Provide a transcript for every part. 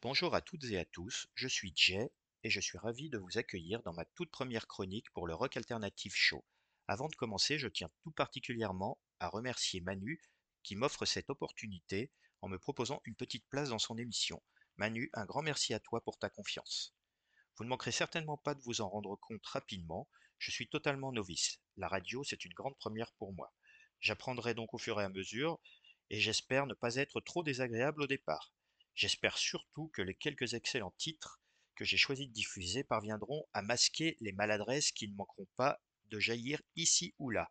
Bonjour à toutes et à tous, je suis Jay et je suis ravi de vous accueillir dans ma toute première chronique pour le Rock Alternative Show. Avant de commencer, je tiens tout particulièrement à remercier Manu qui m'offre cette opportunité en me proposant une petite place dans son émission. Manu, un grand merci à toi pour ta confiance. Vous ne manquerez certainement pas de vous en rendre compte rapidement, je suis totalement novice. La radio, c'est une grande première pour moi. J'apprendrai donc au fur et à mesure et j'espère ne pas être trop désagréable au départ. J'espère surtout que les quelques excellents titres que j'ai choisi de diffuser parviendront à masquer les maladresses qui ne manqueront pas de jaillir ici ou là.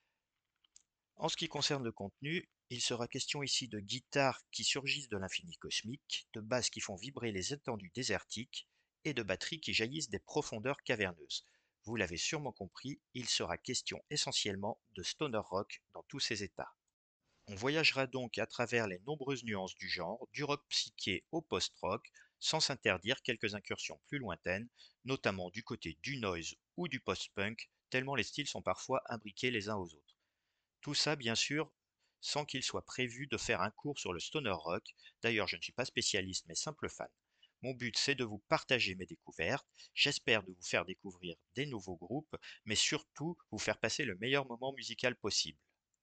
En ce qui concerne le contenu, il sera question ici de guitares qui surgissent de l'infini cosmique, de basses qui font vibrer les étendues désertiques et de batteries qui jaillissent des profondeurs caverneuses. Vous l'avez sûrement compris, il sera question essentiellement de stoner rock dans tous ses états. On voyagera donc à travers les nombreuses nuances du genre, du rock psyché au post-rock, sans s'interdire quelques incursions plus lointaines, notamment du côté du noise ou du post-punk, tellement les styles sont parfois imbriqués les uns aux autres. Tout ça, bien sûr, sans qu'il soit prévu de faire un cours sur le stoner rock. D'ailleurs, je ne suis pas spécialiste, mais simple fan. Mon but, c'est de vous partager mes découvertes. J'espère de vous faire découvrir des nouveaux groupes, mais surtout vous faire passer le meilleur moment musical possible.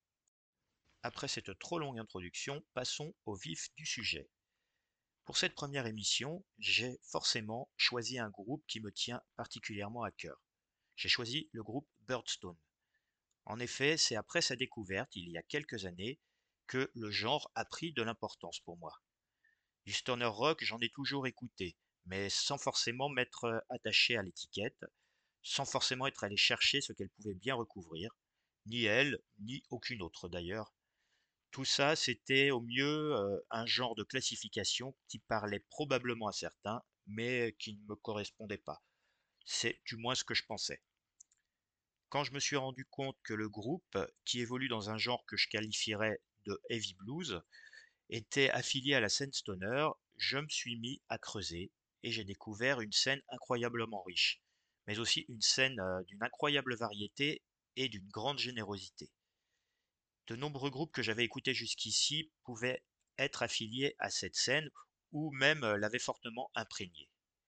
Après cette trop longue introduction, passons au vif du sujet. Pour cette première émission, j'ai forcément choisi un groupe qui me tient particulièrement à cœur. J'ai choisi le groupe Birdstone. En effet, c'est après sa découverte, il y a quelques années, que le genre a pris de l'importance pour moi. Du stoner rock, j'en ai toujours écouté, mais sans forcément m'être attaché à l'étiquette, sans forcément être allé chercher ce qu'elle pouvait bien recouvrir, ni elle, ni aucune autre d'ailleurs. Tout ça, c'était au mieux un genre de classification qui parlait probablement à certains, mais qui ne me correspondait pas. C'est du moins ce que je pensais. Quand je me suis rendu compte que le groupe, qui évolue dans un genre que je qualifierais de heavy blues, était affilié à la scène stoner, je me suis mis à creuser et j'ai découvert une scène incroyablement riche, mais aussi une scène d'une incroyable variété et d'une grande générosité. De nombreux groupes que j'avais écoutés jusqu'ici pouvaient être affiliés à cette scène ou même l'avaient fortement imprégnée.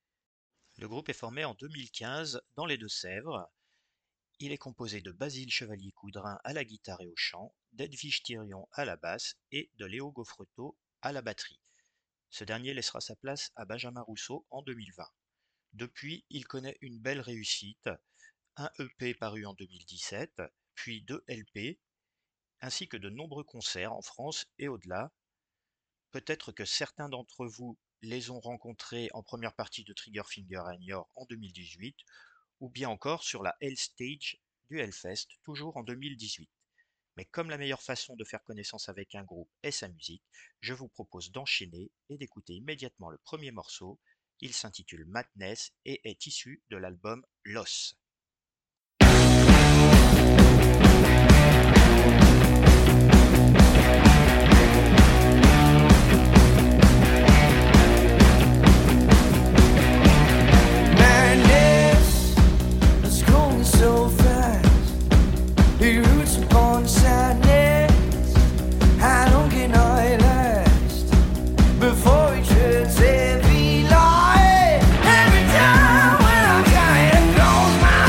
Le groupe est formé en 2015 dans les Deux-Sèvres. Il est composé de Basile Chevalier-Coudrin à la guitare et au chant, d'Edwige Thirion à la basse et de Léo Gaufretot à la batterie. Ce dernier laissera sa place à Benjamin Rousseau en 2020. Depuis, il connaît une belle réussite, un EP paru en 2017, puis 2 LP, ainsi que de nombreux concerts en France et au-delà. Peut-être que certains d'entre vous les ont rencontrés en première partie de Triggerfinger à Niort en 2018, ou bien encore sur la Hell Stage du Hellfest, toujours en 2018. Mais comme la meilleure façon de faire connaissance avec un groupe est sa musique, je vous propose d'enchaîner et d'écouter immédiatement le premier morceau. Il s'intitule Madness et est issu de l'album Loss. So fast, the roots upon sadness. I don't get no last before it treads heavy light. Every time when I try to close my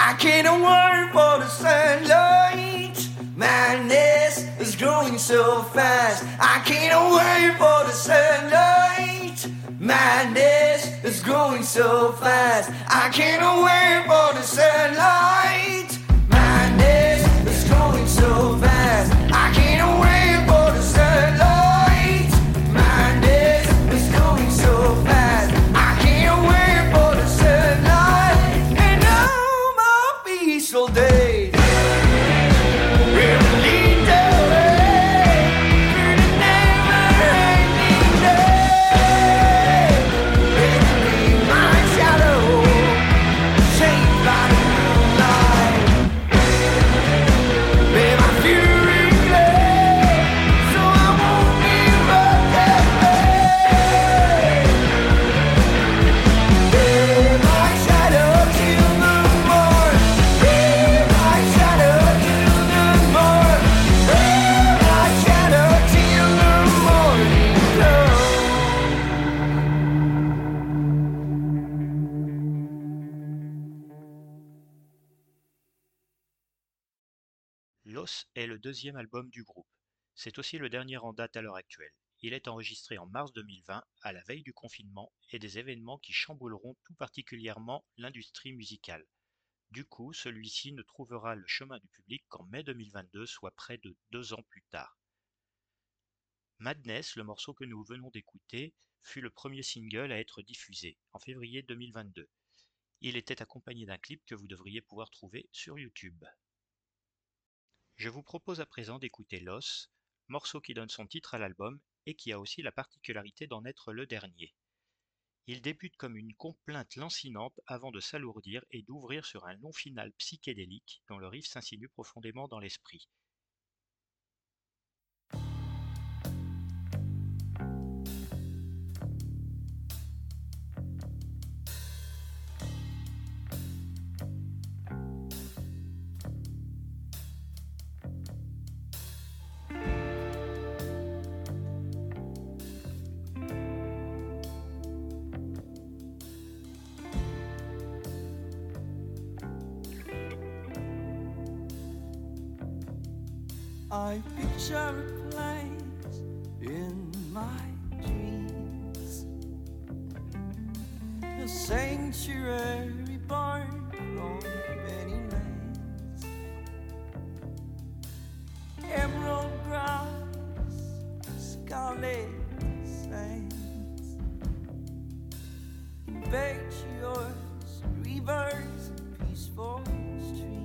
I can't wait for the sunlight. Madness is growing so fast. I can't wait for the sunlight. Madness is growing so fast. I can't wait for the sunlight. Madness is growing so fast. I can't wait for the sunlight. Madness is growing so fast. I can't wait for the sunlight. And no more peaceful days. We'll lead the way through the never-ending day. It's me, my shadow, shaped by the moonlight. May my fury blaze, so I won't give up that way. May my shadow till the morn. May my shadow till the morn. May my shadow till the morning glow. Los est le deuxième album du groupe. C'est aussi le dernier en date à l'heure actuelle. Il est enregistré en mars 2020, à la veille du confinement et des événements qui chambouleront tout particulièrement l'industrie musicale. Du coup, celui-ci ne trouvera le chemin du public qu'en mai 2022, soit près de 2 ans plus tard. Madness, le morceau que nous venons d'écouter, fut le premier single à être diffusé, en février 2022. Il était accompagné d'un clip que vous devriez pouvoir trouver sur YouTube. Je vous propose à présent d'écouter Los, morceau qui donne son titre à l'album et qui a aussi la particularité d'en être le dernier. Il débute comme une complainte lancinante avant de s'alourdir et d'ouvrir sur un long final psychédélique dont le riff s'insinue profondément dans l'esprit. I picture a place in my dreams, a sanctuary born from many lands, emerald grass, scarlet sands, impetuous rivers, peaceful streams.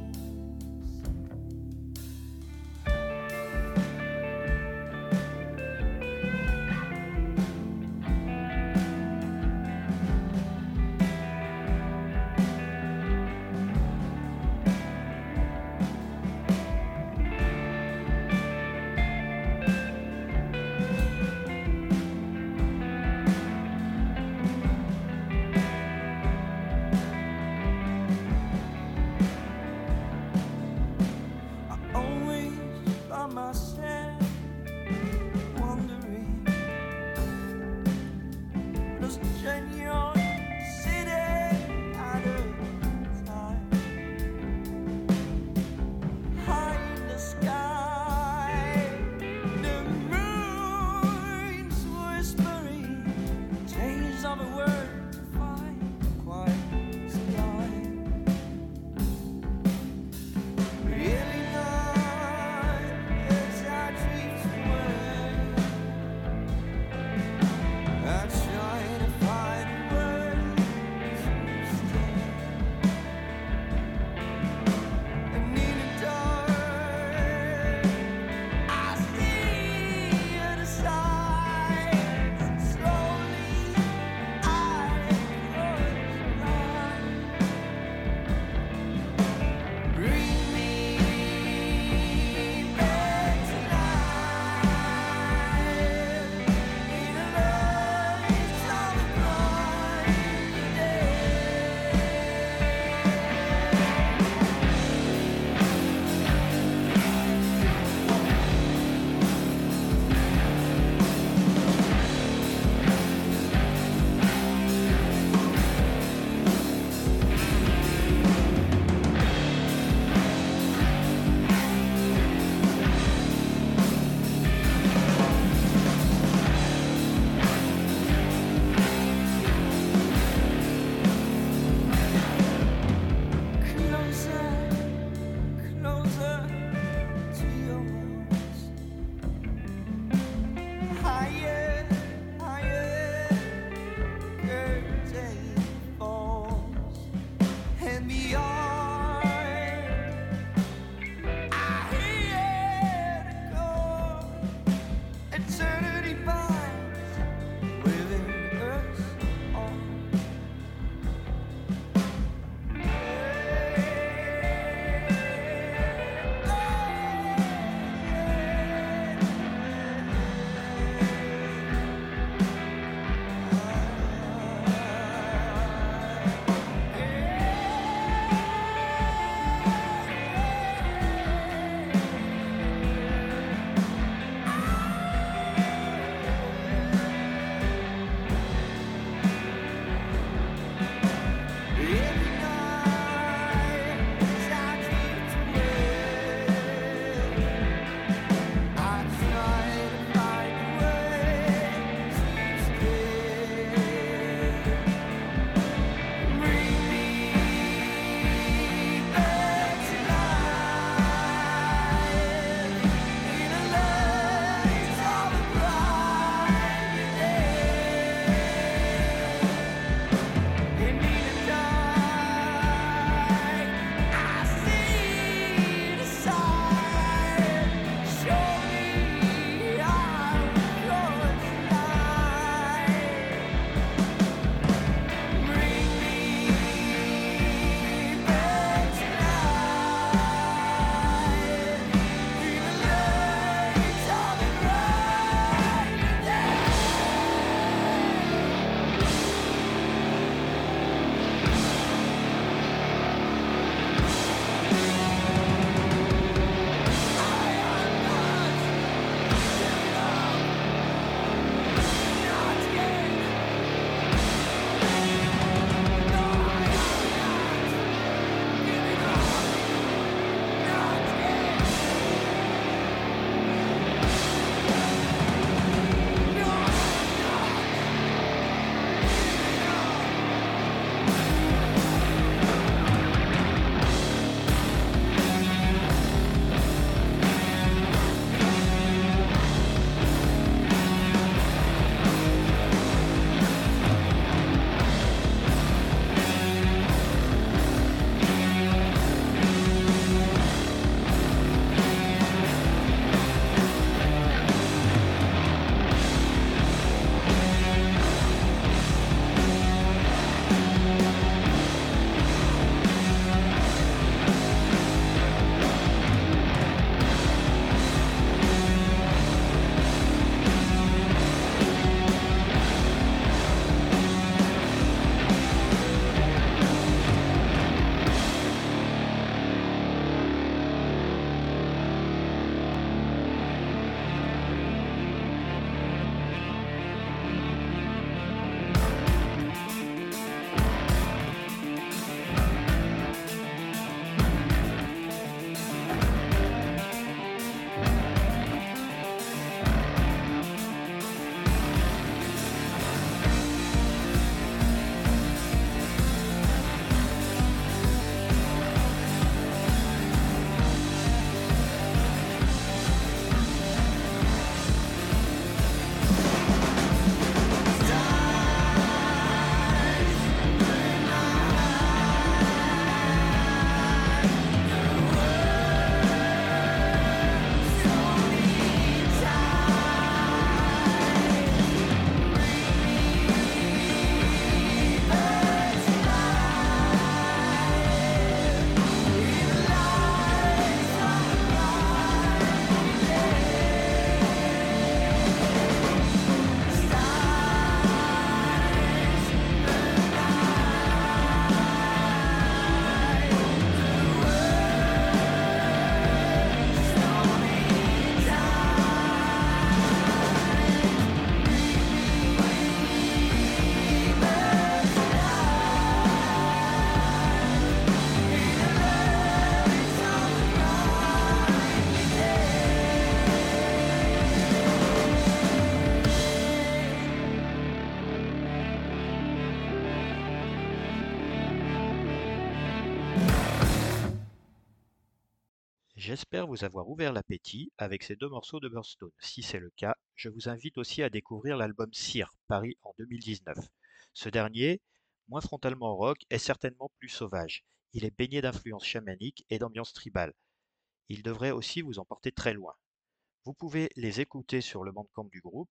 J'espère vous avoir ouvert l'appétit avec ces deux morceaux de Birdstone. Si c'est le cas, je vous invite aussi à découvrir l'album Cire, paru en 2019. Ce dernier, moins frontalement rock, est certainement plus sauvage. Il est baigné d'influences chamaniques et d'ambiance tribale. Il devrait aussi vous emporter très loin. Vous pouvez les écouter sur le bandcamp du groupe,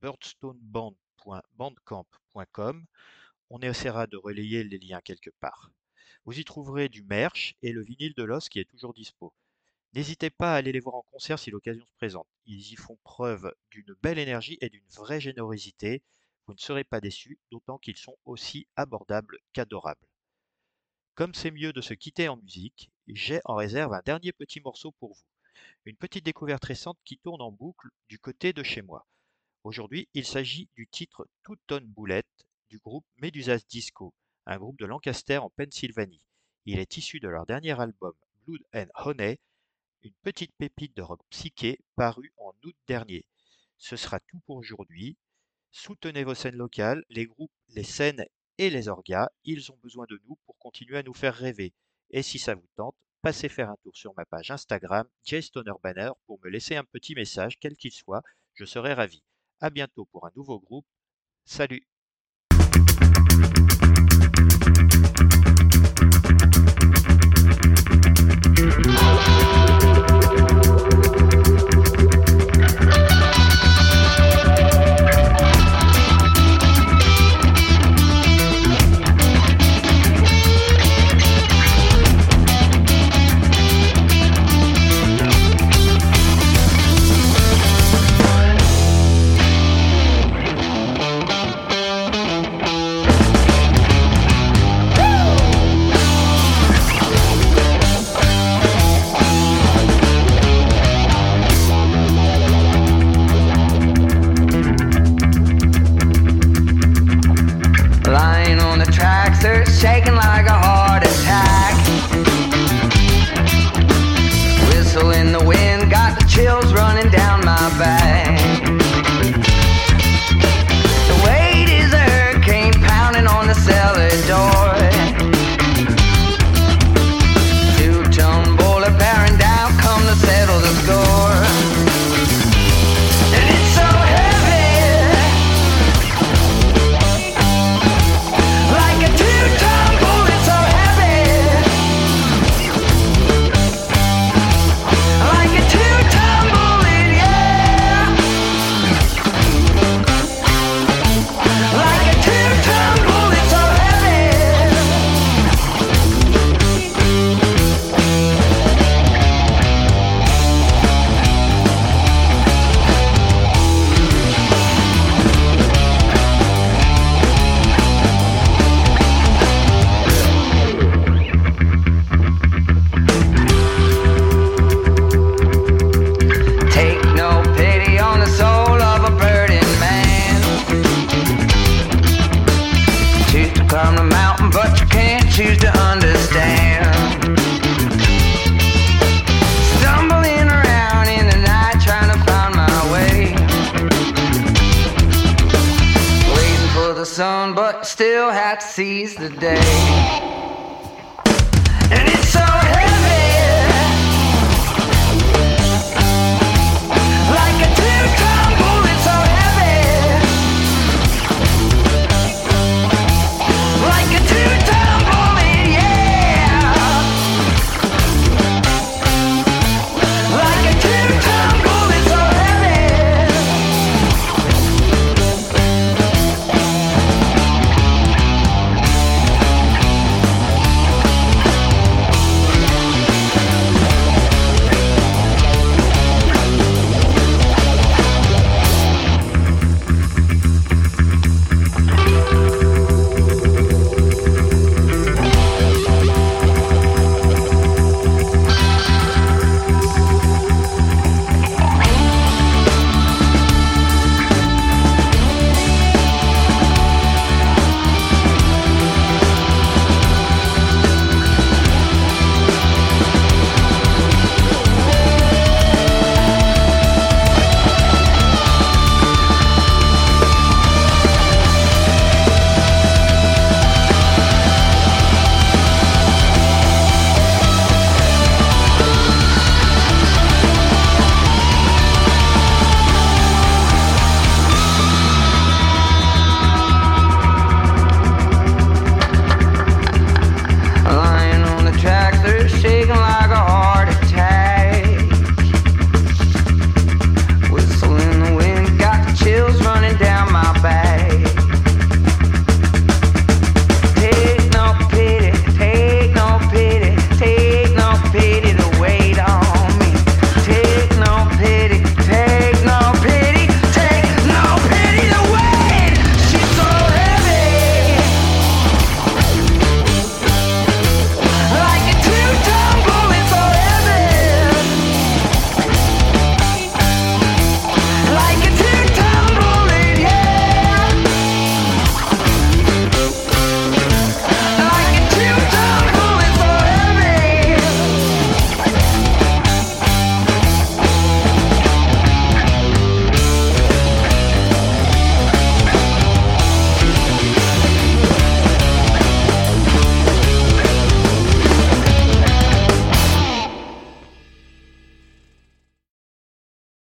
birdstoneband.bandcamp.com. On essaiera de relayer les liens quelque part. Vous y trouverez du merch et le vinyle de l'os qui est toujours dispo. N'hésitez pas à aller les voir en concert si l'occasion se présente. Ils y font preuve d'une belle énergie et d'une vraie générosité. Vous ne serez pas déçus, d'autant qu'ils sont aussi abordables qu'adorables. Comme c'est mieux de se quitter en musique, j'ai en réserve un dernier petit morceau pour vous. Une petite découverte récente qui tourne en boucle du côté de chez moi. Aujourd'hui, il s'agit du titre Two Tone Bullet du groupe Medusas Disco, un groupe de Lancaster en Pennsylvanie. Il est issu de leur dernier album Blood and Honey, une petite pépite de rock psyché parue en août dernier. Ce sera tout pour aujourd'hui. Soutenez vos scènes locales, les groupes, les scènes et les orgas. Ils ont besoin de nous pour continuer à nous faire rêver. Et si ça vous tente, passez faire un tour sur ma page Instagram, JStonerBanner, pour me laisser un petit message, quel qu'il soit. Je serai ravi. À bientôt pour un nouveau groupe. Salut! Shaking like a heart attack. Whistle in the wind, got the chills running down my back. The weight is a hurricane pounding on the cellar door. Two-tone bullet bearing down, come to settle the score. And it's so heavy, like a two-tone bullet so heavy, like a two-tone bullet, yeah, like a two-tone bullet so heavy. Take no pity on the soul of a burning man. Choose to climb the mountain, but you can't choose to understand. Stumbling around in the night, trying to find my way. Waiting for the sun, but still have to seize the day.